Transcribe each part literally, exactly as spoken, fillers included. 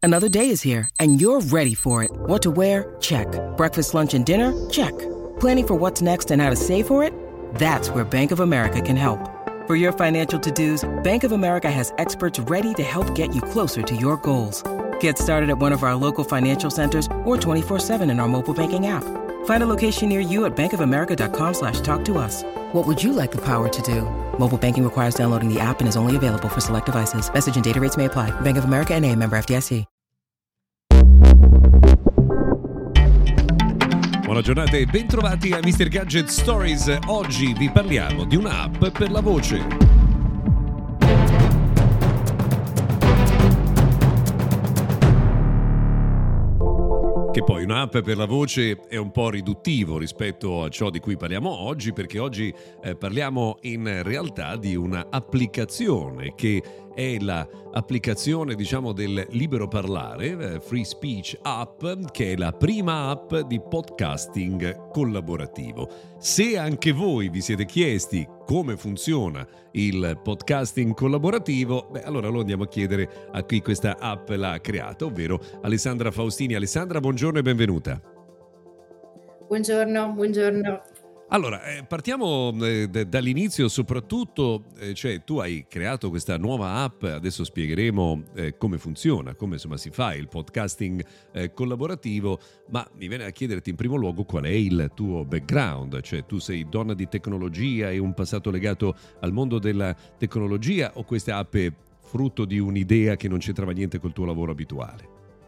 Another day is here, and you're ready for it. What to wear? Check. Breakfast, lunch, and dinner? Check. Planning for what's next and how to save for it? That's where Bank of America can help. For your financial to-dos, Bank of America has experts ready to help get you closer to your goals. Get started at one of our local financial centers or twenty-four seven in our mobile banking app. Find a location near you at bankofamerica.com slash talk to us. What would you like the power to do? Mobile banking requires downloading the app and is only available for select devices. Message and data rates may apply. Bank of America N A, member F D I C. Buona giornata e bentrovati a mister Gadget Stories. Oggi vi parliamo di un'app per la voce. Che poi un'app per la voce è un po' riduttivo rispetto a ciò di cui parliamo oggi, perché oggi eh, parliamo in realtà di una applicazione che è la applicazione, diciamo, del libero parlare, eh, Free Speech App, che è la prima app di podcasting collaborativo. Se anche voi vi siete chiesti come funziona il podcasting collaborativo, beh, allora lo andiamo a chiedere a chi questa app l'ha creata, ovvero Alessandra Faustini. Alessandra, buongiorno e benvenuta. Buongiorno, buongiorno. Allora, eh, partiamo eh, d- dall'inizio, soprattutto, eh, cioè tu hai creato questa nuova app, adesso spiegheremo eh, come funziona, come insomma si fa il podcasting eh, collaborativo, ma mi viene a chiederti in primo luogo qual è il tuo background, cioè tu sei donna di tecnologia, hai un passato legato al mondo della tecnologia o questa app è frutto di un'idea che non c'entrava niente col tuo lavoro abituale?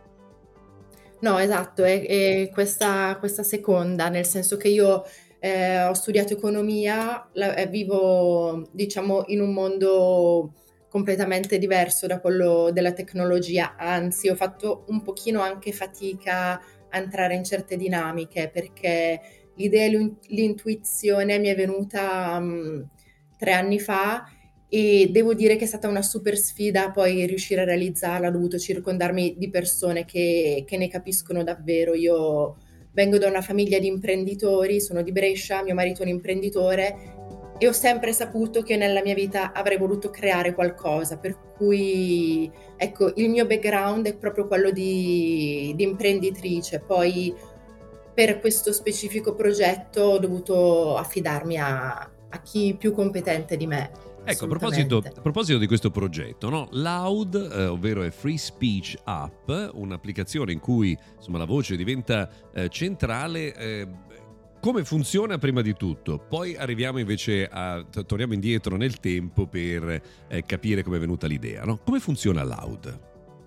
No, esatto, è, è questa, questa seconda, nel senso che io Eh, ho studiato economia, la, eh, vivo diciamo in un mondo completamente diverso da quello della tecnologia, anzi ho fatto un pochino anche fatica a entrare in certe dinamiche perché l'idea e l'intuizione mi è venuta um, tre anni fa e devo dire che è stata una super sfida poi riuscire a realizzarla, ho dovuto circondarmi di persone che, che ne capiscono davvero. Io vengo da una famiglia di imprenditori, sono di Brescia, mio marito è un imprenditore e ho sempre saputo che nella mia vita avrei voluto creare qualcosa, per cui ecco, il mio background è proprio quello di, di imprenditrice. Poi per questo specifico progetto ho dovuto affidarmi a, a chi più competente di me. Ecco, a proposito, a proposito di questo progetto, no? Loud, eh, ovvero è Free Speech App, un'applicazione in cui insomma la voce diventa eh, centrale. Eh, come funziona prima di tutto? Poi arriviamo invece a t- torniamo indietro nel tempo per eh, capire come è venuta l'idea, no? Come funziona Loud?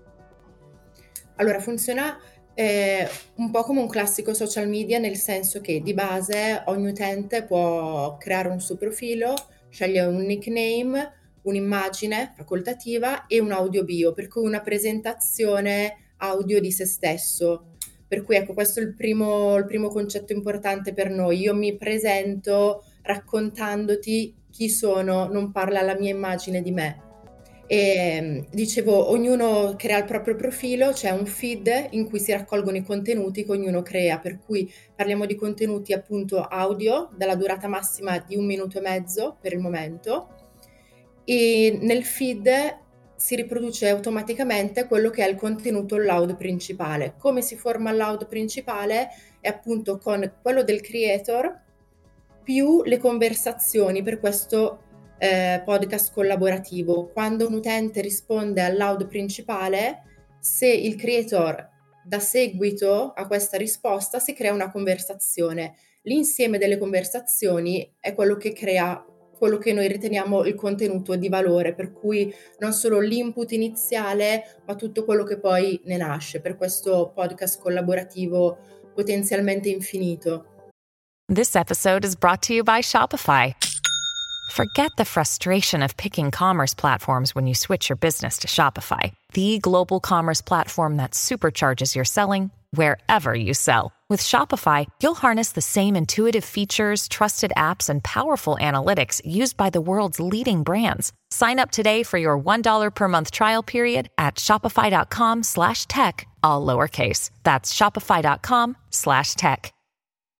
Allora, funziona eh, un po' come un classico social media, nel senso che di base ogni utente può creare un suo profilo, sceglie un nickname, un'immagine facoltativa e un audio bio, per cui una presentazione audio di se stesso. Per cui ecco, questo è il primo, il primo concetto importante per noi. Io mi presento raccontandoti chi sono, non parla la mia immagine di me. E dicevo, ognuno crea il proprio profilo, c'è un feed in cui si raccolgono i contenuti che ognuno crea, per cui parliamo di contenuti appunto audio dalla durata massima di un minuto e mezzo per il momento, e nel feed si riproduce automaticamente quello che è il contenuto loud principale. Come si forma il loud principale? È appunto con quello del creator più le conversazioni per questo Eh, podcast collaborativo. Quando un utente risponde al loud principale, se il creator dà seguito a questa risposta, si crea una conversazione. L'insieme delle conversazioni è quello che crea quello che noi riteniamo il contenuto di valore, per cui non solo l'input iniziale, ma tutto quello che poi ne nasce, per questo podcast collaborativo potenzialmente infinito. This episode is brought to you by Shopify. Forget the frustration of picking commerce platforms when you switch your business to Shopify, the global commerce platform that supercharges your selling wherever you sell. With Shopify, you'll harness the same intuitive features, trusted apps, and powerful analytics used by the world's leading brands. Sign up today for your one dollar per month trial period at shopify.com slash tech, all lowercase. That's shopify.com slash tech.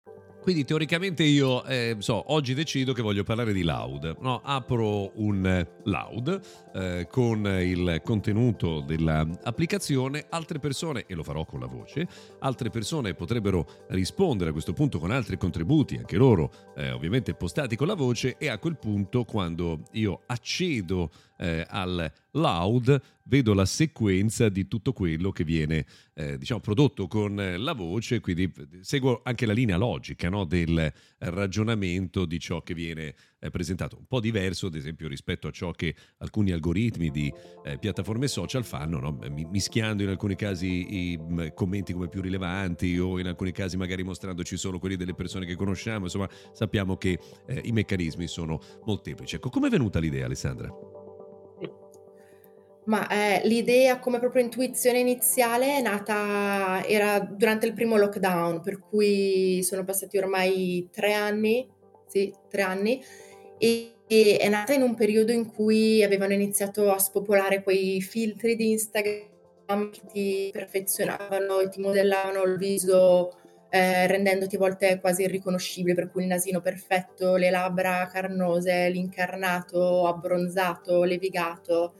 quindi teoricamente io eh, so, oggi decido che voglio parlare di Loud, no? Apro un Loud eh, con il contenuto dell'applicazione, altre persone, e lo farò con la voce, altre persone potrebbero rispondere a questo punto con altri contributi, anche loro eh, ovviamente postati con la voce, e a quel punto quando io accedo eh, al Loud vedo la sequenza di tutto quello che viene eh, diciamo prodotto con la voce, quindi seguo anche la linea logica, no, del ragionamento di ciò che viene eh, presentato, un po' diverso ad esempio rispetto a ciò che alcuni algoritmi di eh, piattaforme social fanno, no? Mischiando in alcuni casi i mh, commenti come più rilevanti o in alcuni casi magari mostrandoci solo quelli delle persone che conosciamo, insomma sappiamo che eh, i meccanismi sono molteplici. Ecco, come è venuta l'idea, Alessandra? Ma eh, l'idea come proprio intuizione iniziale è nata, era durante il primo lockdown, per cui sono passati ormai tre anni, sì, tre anni, e, e è nata in un periodo in cui avevano iniziato a spopolare quei filtri di Instagram che ti perfezionavano e ti modellavano il viso, eh, rendendoti a volte quasi irriconoscibile, per cui il nasino perfetto, le labbra carnose, l'incarnato abbronzato, levigato.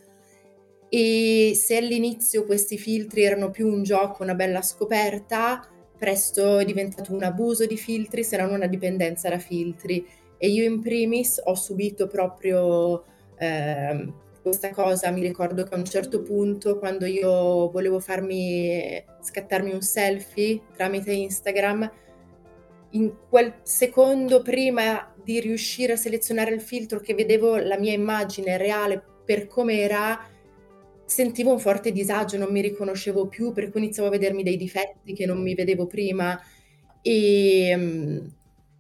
E se all'inizio questi filtri erano più un gioco, una bella scoperta, presto è diventato un abuso di filtri, se non una dipendenza da filtri. E io in primis ho subito proprio eh, questa cosa. Mi ricordo che a un certo punto, quando io volevo farmi scattarmi un selfie tramite Instagram, in quel secondo prima di riuscire a selezionare il filtro, che vedevo la mia immagine reale per com'era, sentivo un forte disagio, non mi riconoscevo più, per cui iniziavo a vedermi dei difetti che non mi vedevo prima. E um,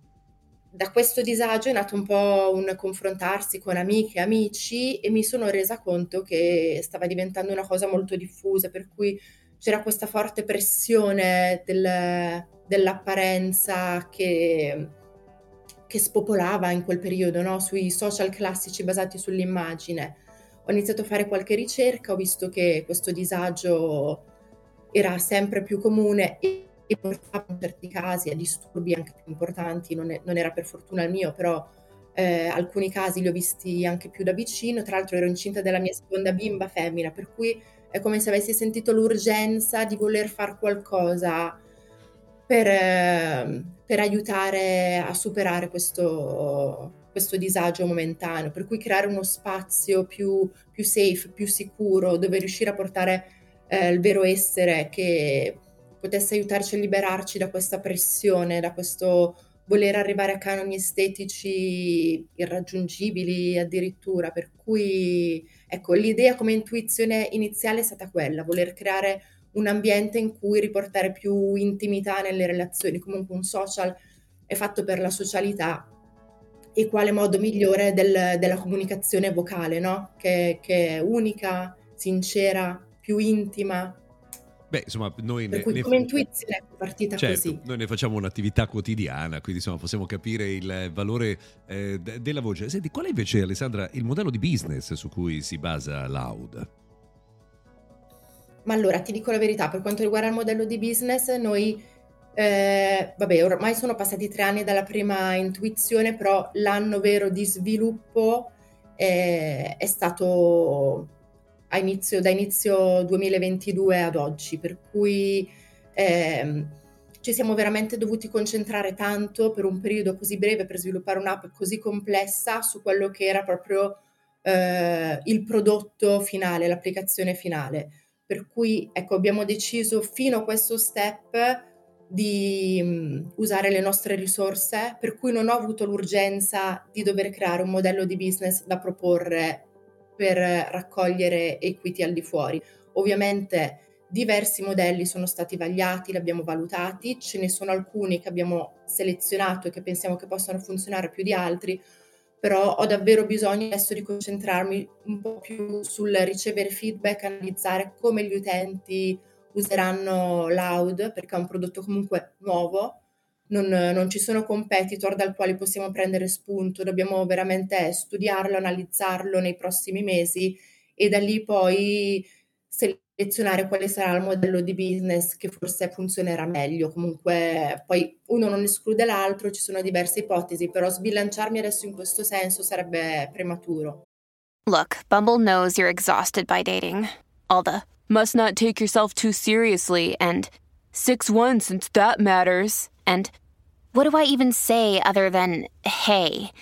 da questo disagio è nato un po' un confrontarsi con amiche e amici, e mi sono resa conto che stava diventando una cosa molto diffusa, per cui c'era questa forte pressione del, dell'apparenza che, che spopolava in quel periodo, no? Sui social classici basati sull'immagine. Ho iniziato a fare qualche ricerca, ho visto che questo disagio era sempre più comune e, e portava in certi casi a disturbi anche più importanti. Non, è, non era per fortuna il mio, però eh, alcuni casi li ho visti anche più da vicino. Tra l'altro ero incinta della mia seconda bimba femmina, per cui è come se avessi sentito l'urgenza di voler fare qualcosa per, eh, per aiutare a superare questo questo disagio momentaneo, per cui creare uno spazio più, più safe, più sicuro, dove riuscire a portare eh, il vero essere, che potesse aiutarci a liberarci da questa pressione, da questo voler arrivare a canoni estetici irraggiungibili addirittura. Per cui ecco, l'idea come intuizione iniziale è stata quella, voler creare un ambiente in cui riportare più intimità nelle relazioni. Comunque un social è fatto per la socialità, e quale modo migliore del, della comunicazione vocale, no? Che, che è unica, sincera, più intima. Beh, insomma, noi per ne, cui ne come intuizione è partita certo, così. noi ne facciamo un'attività quotidiana, quindi insomma possiamo capire il valore eh, d- della voce. Senti, qual è invece, Alessandra, il modello di business su cui si basa Loud? Ma allora, ti dico la verità, per quanto riguarda il modello di business, noi Eh, vabbè, ormai sono passati tre anni dalla prima intuizione, però l'anno vero di sviluppo eh, è stato a inizio, da inizio duemilaventidue ad oggi, per cui ehm, ci siamo veramente dovuti concentrare tanto per un periodo così breve per sviluppare un'app così complessa su quello che era proprio eh, il prodotto finale, l'applicazione finale. Per cui ecco, abbiamo deciso fino a questo step di um, usare le nostre risorse, per cui non ho avuto l'urgenza di dover creare un modello di business da proporre per raccogliere equity al di fuori. Ovviamente diversi modelli sono stati vagliati, li abbiamo valutati, ce ne sono alcuni che abbiamo selezionato e che pensiamo che possano funzionare più di altri, però ho davvero bisogno adesso di concentrarmi un po' più sul ricevere feedback, analizzare come gli utenti useranno Loud, perché è un prodotto comunque nuovo, non, non ci sono competitor dal quale possiamo prendere spunto, dobbiamo veramente studiarlo, analizzarlo nei prossimi mesi e da lì poi selezionare quale sarà il modello di business che forse funzionerà meglio. Comunque poi uno non esclude l'altro, ci sono diverse ipotesi, però sbilanciarmi adesso in questo senso sarebbe prematuro. Look, Bumble knows you're exhausted by dating. All the must not take yourself too seriously and six one since that matters. And what do I even say other than hey?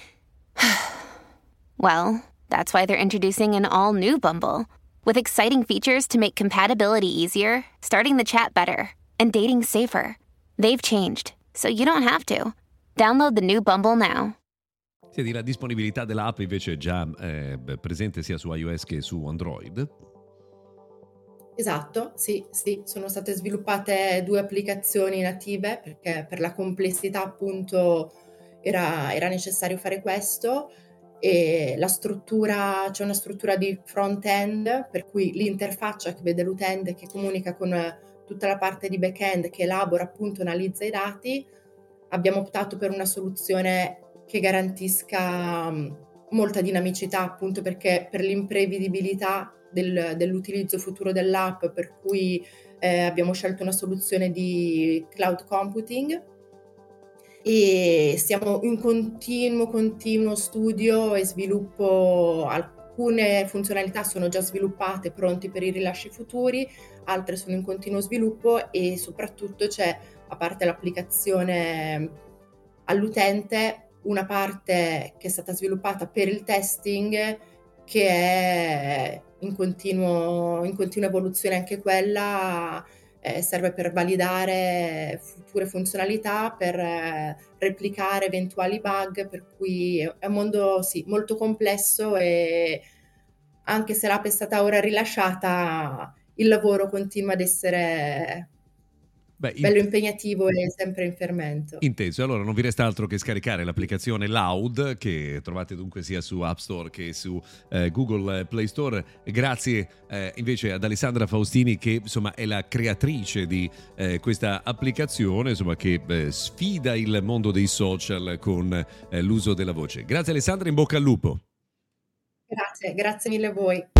Well, that's why they're introducing an all-new Bumble with exciting features to make compatibility easier, starting the chat better, and dating safer. They've changed, so you don't have to. Download the new Bumble now. Senti, la disponibilità dell'app invece è già eh, presente sia su iOS che su Android? Esatto, sì, sì, sono state sviluppate due applicazioni native perché per la complessità appunto era, era necessario fare questo, e la struttura, c'è una struttura di front-end per cui l'interfaccia che vede l'utente, che comunica con tutta la parte di back-end che elabora appunto, analizza i dati. Abbiamo optato per una soluzione che garantisca molta dinamicità appunto perché per l'imprevedibilità Del, dell'utilizzo futuro dell'app, per cui eh, abbiamo scelto una soluzione di cloud computing e siamo in continuo continuo studio e sviluppo. Alcune funzionalità sono già sviluppate, pronti per i rilasci futuri, altre sono in continuo sviluppo e soprattutto c'è, a parte l'applicazione all'utente, una parte che è stata sviluppata per il testing che è in continuo, in continua evoluzione anche quella, eh, serve per validare future funzionalità, per eh, replicare eventuali bug, per cui è un mondo sì, molto complesso e anche se l'app è stata ora rilasciata, il lavoro continua ad essere Beh, bello impegnativo e sempre in fermento. Inteso, allora non vi resta altro che scaricare l'applicazione Loud, che trovate dunque sia su App Store che su eh, Google Play Store. Grazie eh, invece ad Alessandra Faustini, che insomma è la creatrice di eh, questa applicazione, insomma, che eh, sfida il mondo dei social con eh, l'uso della voce. Grazie Alessandra, in bocca al lupo. Grazie, grazie mille a voi.